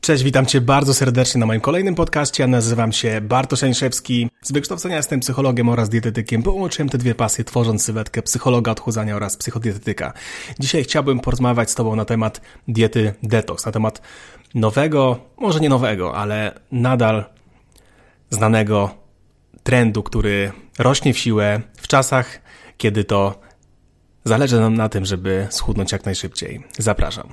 Cześć, witam Cię bardzo serdecznie na moim kolejnym podcaście. Ja nazywam się Bartosz Jańszewski. Z wykształcenia jestem psychologiem oraz dietetykiem. Połączyłem te dwie pasje, tworząc sylwetkę psychologa odchudzania oraz psychodietetyka. Dzisiaj chciałbym porozmawiać z Tobą na temat diety detoks, na temat nowego, może nie nowego, ale nadal znanego trendu, który rośnie w siłę w czasach, kiedy to zależy nam na tym, żeby schudnąć jak najszybciej. Zapraszam.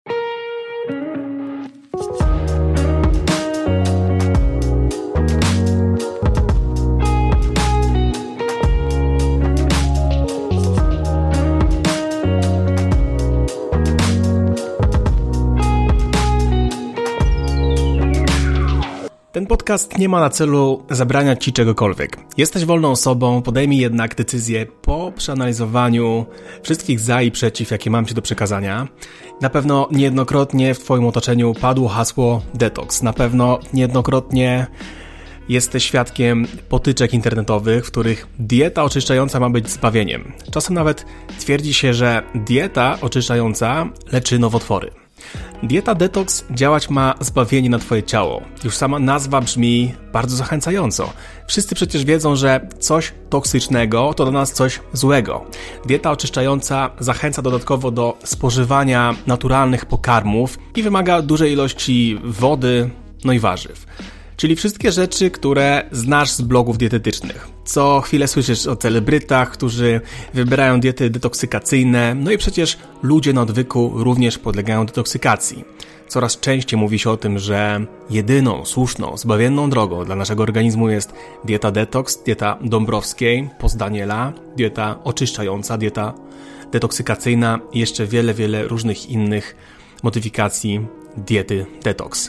Ten podcast nie ma na celu zabraniać Ci czegokolwiek. Jesteś wolną osobą, podejmij jednak decyzję po przeanalizowaniu wszystkich za i przeciw, jakie mam Ci do przekazania. Na pewno niejednokrotnie w Twoim otoczeniu padło hasło detoks. Na pewno niejednokrotnie jesteś świadkiem potyczek internetowych, w których dieta oczyszczająca ma być zbawieniem. Czasem nawet twierdzi się, że dieta oczyszczająca leczy nowotwory. Dieta detoks działać ma zbawienie na Twoje ciało. Już sama nazwa brzmi bardzo zachęcająco. Wszyscy przecież wiedzą, że coś toksycznego to dla nas coś złego. Dieta oczyszczająca zachęca dodatkowo do spożywania naturalnych pokarmów i wymaga dużej ilości wody, no i warzyw. Czyli wszystkie rzeczy, które znasz z blogów dietetycznych. Co chwilę słyszysz o celebrytach, którzy wybierają diety detoksykacyjne, no i przecież ludzie na odwyku również podlegają detoksykacji. Coraz częściej mówi się o tym, że jedyną, słuszną, zbawienną drogą dla naszego organizmu jest dieta detoks, dieta Dąbrowskiej, post Daniela, dieta oczyszczająca, dieta detoksykacyjna i jeszcze wiele różnych innych modyfikacji diety detoks.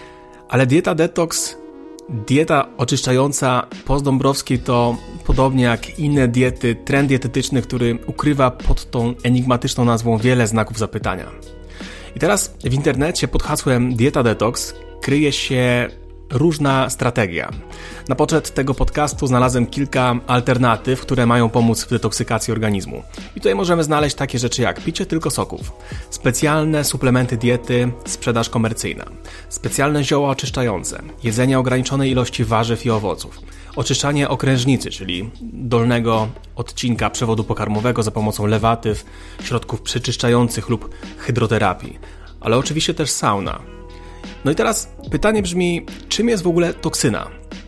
Ale dieta detoks, dieta oczyszczająca post-Dąbrowskiej to podobnie jak inne diety, trend dietetyczny, który ukrywa pod tą enigmatyczną nazwą wiele znaków zapytania. I teraz w internecie pod hasłem dieta detoks kryje się różna strategia. Na poczet tego podcastu znalazłem kilka alternatyw, które mają pomóc w detoksykacji organizmu. I tutaj możemy znaleźć takie rzeczy jak picie tylko soków, specjalne suplementy diety, sprzedaż komercyjna, specjalne zioła oczyszczające, jedzenie ograniczonej ilości warzyw i owoców, oczyszczanie okrężnicy, czyli dolnego odcinka przewodu pokarmowego za pomocą lewatyw, środków przeczyszczających lub hydroterapii, ale oczywiście też sauna. No i teraz pytanie brzmi, czym jest w ogóle toksyna?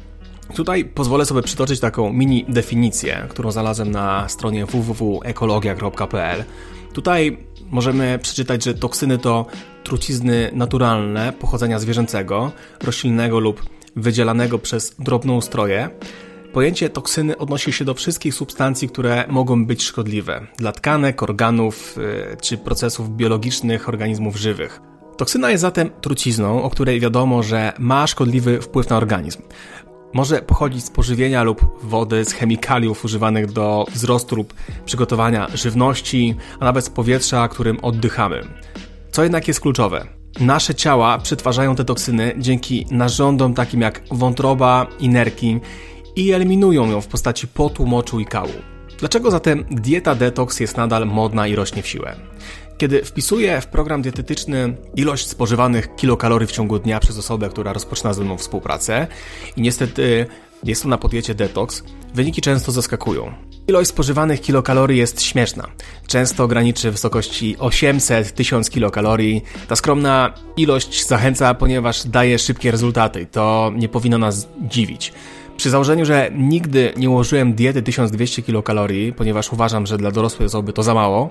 Tutaj pozwolę sobie przytoczyć taką mini definicję, którą znalazłem na stronie www.ekologia.pl. Tutaj możemy przeczytać, że toksyny to trucizny naturalne pochodzenia zwierzęcego, roślinnego lub wydzielanego przez drobnoustroje. Pojęcie toksyny odnosi się do wszystkich substancji, które mogą być szkodliwe dla tkanek, organów czy procesów biologicznych organizmów żywych. Toksyna jest zatem trucizną, o której wiadomo, że ma szkodliwy wpływ na organizm. Może pochodzić z pożywienia lub wody, z chemikaliów używanych do wzrostu lub przygotowania żywności, a nawet z powietrza, którym oddychamy. Co jednak jest kluczowe? Nasze ciała przetwarzają te toksyny dzięki narządom takim jak wątroba i nerki i eliminują ją w postaci potu, moczu i kału. Dlaczego zatem dieta detoks jest nadal modna i rośnie w siłę? Kiedy wpisuję w program dietetyczny ilość spożywanych kilokalorii w ciągu dnia przez osobę, która rozpoczyna ze mną współpracę i niestety jest to na diecie detoks, wyniki często zaskakują. Ilość spożywanych kilokalorii jest śmieszna. Często graniczy w wysokości 800-1000 kilokalorii. Ta skromna ilość zachęca, ponieważ daje szybkie rezultaty i to nie powinno nas dziwić. Przy założeniu, że nigdy nie ułożyłem diety 1200 kilokalorii, ponieważ uważam, że dla dorosłej osoby to za mało,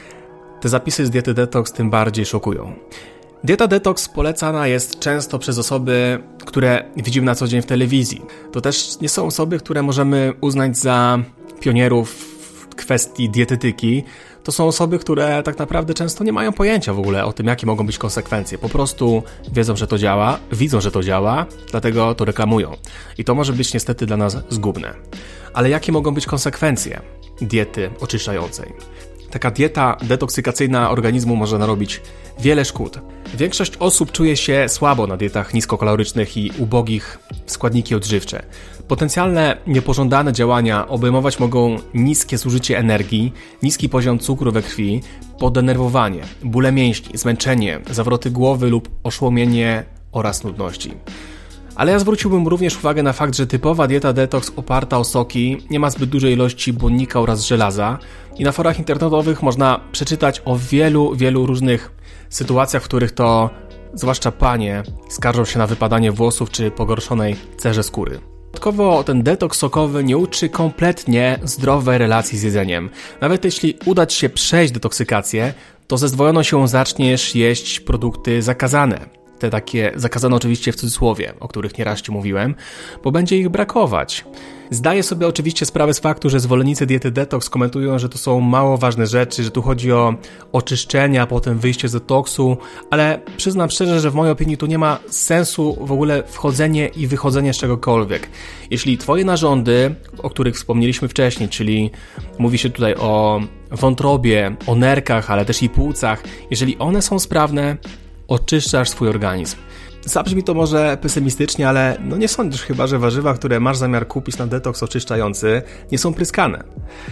te zapisy z diety detoks tym bardziej szokują. Dieta detoks polecana jest często przez osoby, które widzimy na co dzień w telewizji. To też nie są osoby, które możemy uznać za pionierów w kwestii dietetyki. To są osoby, które tak naprawdę często nie mają pojęcia w ogóle o tym, jakie mogą być konsekwencje. Po prostu wiedzą, że to działa, widzą, że to działa, dlatego to reklamują. I to może być niestety dla nas zgubne. Ale jakie mogą być konsekwencje diety oczyszczającej? Taka dieta detoksykacyjna organizmu może narobić wiele szkód. Większość osób czuje się słabo na dietach niskokalorycznych i ubogich w składniki odżywcze. Potencjalne niepożądane działania obejmować mogą niskie zużycie energii, niski poziom cukru we krwi, poddenerwowanie, bóle mięśni, zmęczenie, zawroty głowy lub oszołomienie oraz nudności. Ale ja zwróciłbym również uwagę na fakt, że typowa dieta detoks oparta o soki nie ma zbyt dużej ilości błonnika oraz żelaza i na forach internetowych można przeczytać o wielu różnych sytuacjach, w których to zwłaszcza panie skarżą się na wypadanie włosów czy pogorszonej cerze skóry. Dodatkowo ten detoks sokowy nie uczy kompletnie zdrowej relacji z jedzeniem. Nawet jeśli uda Ci się przejść detoksykację, to ze zdwojoną siłą zaczniesz jeść produkty zakazane. Te takie zakazane oczywiście w cudzysłowie, o których nieraz Ci mówiłem, bo będzie ich brakować. Zdaję sobie oczywiście sprawę z faktu, że zwolennicy diety detoks komentują, że to są mało ważne rzeczy, że tu chodzi o oczyszczenie, a potem wyjście z detoksu, ale przyznam szczerze, że w mojej opinii tu nie ma sensu w ogóle wchodzenie i wychodzenie z czegokolwiek. Jeśli Twoje narządy, o których wspomnieliśmy wcześniej, czyli mówi się tutaj o wątrobie, o nerkach, ale też i płucach, jeżeli one są sprawne, oczyszczasz swój organizm. Zabrzmi to może pesymistycznie, ale nie sądzisz chyba, że warzywa, które masz zamiar kupić na detoks oczyszczający, nie są pryskane.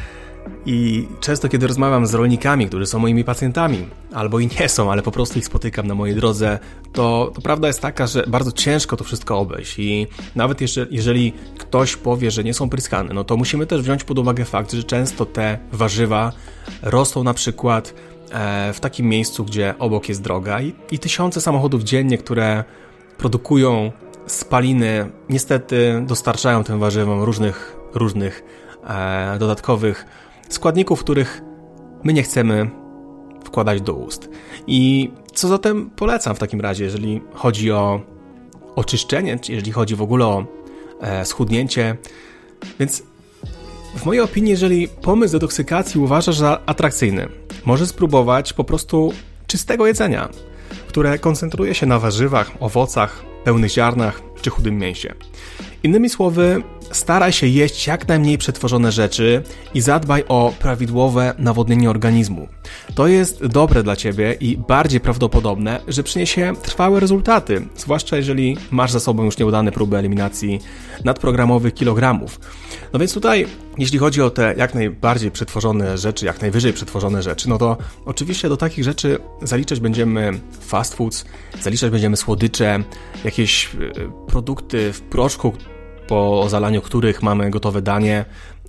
I często, kiedy rozmawiam z rolnikami, którzy są moimi pacjentami, albo i nie są, ale po prostu ich spotykam na mojej drodze, to prawda jest taka, że bardzo ciężko to wszystko obejść i nawet jeżeli ktoś powie, że nie są pryskane, no to musimy też wziąć pod uwagę fakt, że często te warzywa rosną na przykład w takim miejscu, gdzie obok jest droga i tysiące samochodów dziennie, które produkują spaliny, niestety dostarczają tym warzywom różnych dodatkowych składników, których my nie chcemy wkładać do ust. I co zatem polecam w takim razie, jeżeli chodzi o oczyszczenie, czy jeżeli chodzi w ogóle o schudnięcie? Więc w mojej opinii, jeżeli pomysł detoksykacji uważasz za atrakcyjny, możesz spróbować po prostu czystego jedzenia, które koncentruje się na warzywach, owocach, pełnych ziarnach czy chudym mięsie. Innymi słowy, staraj się jeść jak najmniej przetworzone rzeczy i zadbaj o prawidłowe nawodnienie organizmu. To jest dobre dla Ciebie i bardziej prawdopodobne, że przyniesie trwałe rezultaty, zwłaszcza jeżeli masz za sobą już nieudane próby eliminacji nadprogramowych kilogramów. No więc tutaj, jeśli chodzi o te jak najbardziej przetworzone rzeczy, jak najwyżej przetworzone rzeczy, no to oczywiście do takich rzeczy zaliczać będziemy fast foods, zaliczać będziemy słodycze, jakieś produkty w proszku, po zalaniu których mamy gotowe danie.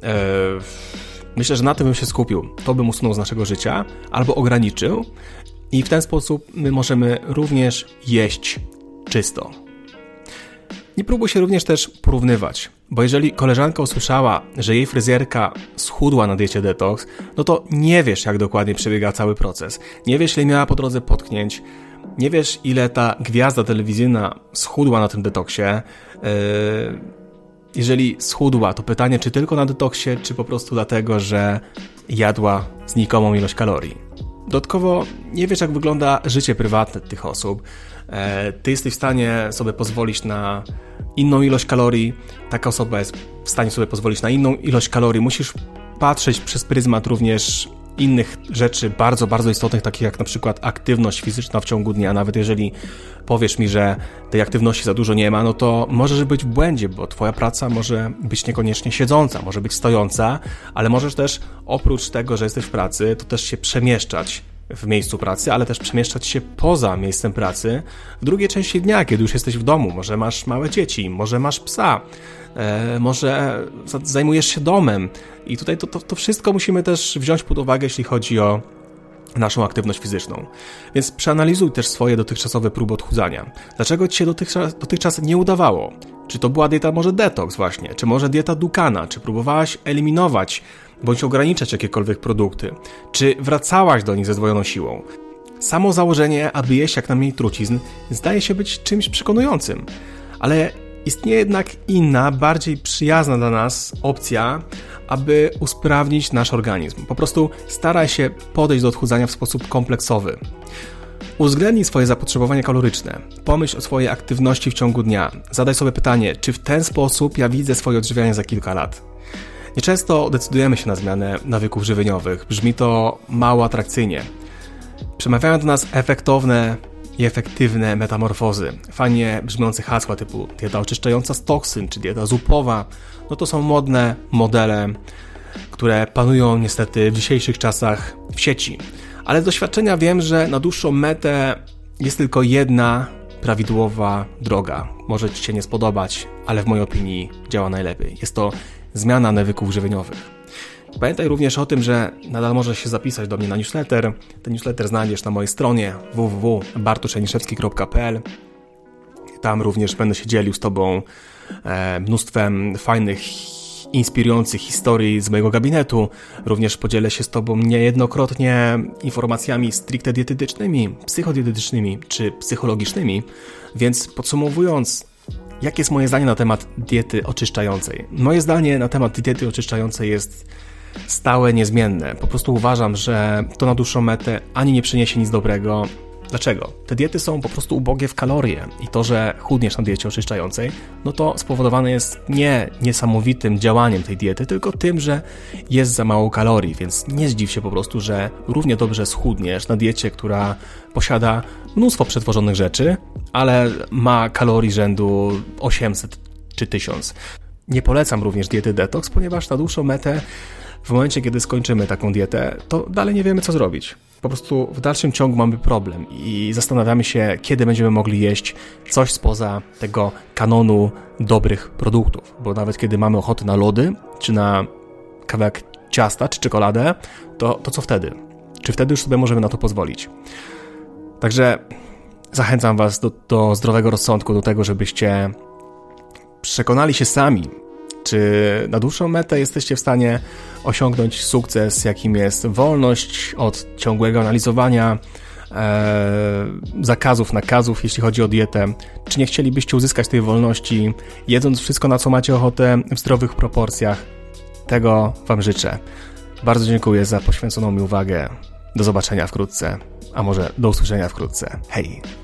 Myślę, że na tym bym się skupił. To bym usunął z naszego życia albo ograniczył i w ten sposób my możemy również jeść czysto. Nie próbuj się również też porównywać, bo jeżeli koleżanka usłyszała, że jej fryzjerka schudła na diecie detoks, no to nie wiesz, jak dokładnie przebiega cały proces. Nie wiesz, ile miała po drodze potknięć, nie wiesz, ile ta gwiazda telewizyjna schudła na tym detoksie. Jeżeli schudła, to pytanie, czy tylko na detoksie, czy po prostu dlatego, że jadła znikomą ilość kalorii. Dodatkowo nie wiesz, jak wygląda życie prywatne tych osób. Ty jesteś w stanie sobie pozwolić na inną ilość kalorii, taka osoba jest w stanie sobie pozwolić na inną ilość kalorii. Musisz patrzeć przez pryzmat również innych rzeczy bardzo istotnych, takich jak na przykład aktywność fizyczna w ciągu dnia. Nawet jeżeli powiesz mi, że tej aktywności za dużo nie ma, no to możesz być w błędzie, bo Twoja praca może być niekoniecznie siedząca, może być stojąca, ale możesz też oprócz tego, że jesteś w pracy, to też się przemieszczać w miejscu pracy, ale też przemieszczać się poza miejscem pracy w drugiej części dnia, kiedy już jesteś w domu. Może masz małe dzieci, może masz psa, może zajmujesz się domem i tutaj to wszystko musimy też wziąć pod uwagę, jeśli chodzi o naszą aktywność fizyczną. Więc przeanalizuj też swoje dotychczasowe próby odchudzania. Dlaczego Ci się dotychczas nie udawało? Czy to była dieta może detoks właśnie? Czy może dieta Dukana? Czy próbowałaś eliminować bądź ograniczać jakiekolwiek produkty? Czy wracałaś do nich ze zdwojoną siłą? Samo założenie, aby jeść jak najmniej trucizn, zdaje się być czymś przekonującym. Ale istnieje jednak inna, bardziej przyjazna dla nas opcja, aby usprawnić nasz organizm. Po prostu staraj się podejść do odchudzania w sposób kompleksowy. Uwzględnij swoje zapotrzebowanie kaloryczne. Pomyśl o swojej aktywności w ciągu dnia. Zadaj sobie pytanie, czy w ten sposób ja widzę swoje odżywianie za kilka lat. Nieczęsto decydujemy się na zmianę nawyków żywieniowych. Brzmi to mało atrakcyjnie. Przemawiają do nas efektowne i efektywne metamorfozy. Fajnie brzmiące hasła typu dieta oczyszczająca z toksyn, czy dieta zupowa. No to są modne modele, które panują niestety w dzisiejszych czasach w sieci. Ale z doświadczenia wiem, że na dłuższą metę jest tylko jedna prawidłowa droga. Może Ci się nie spodobać, ale w mojej opinii działa najlepiej. Jest to zmiana nawyków żywieniowych. Pamiętaj również o tym, że nadal możesz się zapisać do mnie na newsletter. Ten newsletter znajdziesz na mojej stronie www.bartoszeniszewski.pl. Tam również będę się dzielił z Tobą mnóstwem fajnych, inspirujących historii z mojego gabinetu. Również podzielę się z Tobą niejednokrotnie informacjami stricte dietetycznymi, psychodietetycznymi czy psychologicznymi. Więc podsumowując, jakie jest moje zdanie na temat diety oczyszczającej? Moje zdanie na temat diety oczyszczającej jest stałe, niezmienne. Po prostu uważam, że to na dłuższą metę ani nie przyniesie nic dobrego. Dlaczego? Te diety są po prostu ubogie w kalorie i to, że chudniesz na diecie oczyszczającej, no to spowodowane jest nie niesamowitym działaniem tej diety, tylko tym, że jest za mało kalorii, więc nie zdziw się po prostu, że równie dobrze schudniesz na diecie, która posiada mnóstwo przetworzonych rzeczy, ale ma kalorii rzędu 800 czy 1000. Nie polecam również diety detoks, ponieważ na dłuższą metę, w momencie, kiedy skończymy taką dietę, to dalej nie wiemy, co zrobić. Po prostu w dalszym ciągu mamy problem i zastanawiamy się, kiedy będziemy mogli jeść coś spoza tego kanonu dobrych produktów. Bo nawet kiedy mamy ochotę na lody, czy na kawałek ciasta, czy czekoladę, to co wtedy? Czy wtedy już sobie możemy na to pozwolić? Także zachęcam Was do zdrowego rozsądku, do tego, żebyście przekonali się sami, czy na dłuższą metę jesteście w stanie osiągnąć sukces, jakim jest wolność od ciągłego analizowania zakazów, nakazów, jeśli chodzi o dietę. Czy nie chcielibyście uzyskać tej wolności, jedząc wszystko, na co macie ochotę, w zdrowych proporcjach? Tego Wam życzę. Bardzo dziękuję za poświęconą mi uwagę. Do zobaczenia wkrótce, a może do usłyszenia wkrótce. Hej!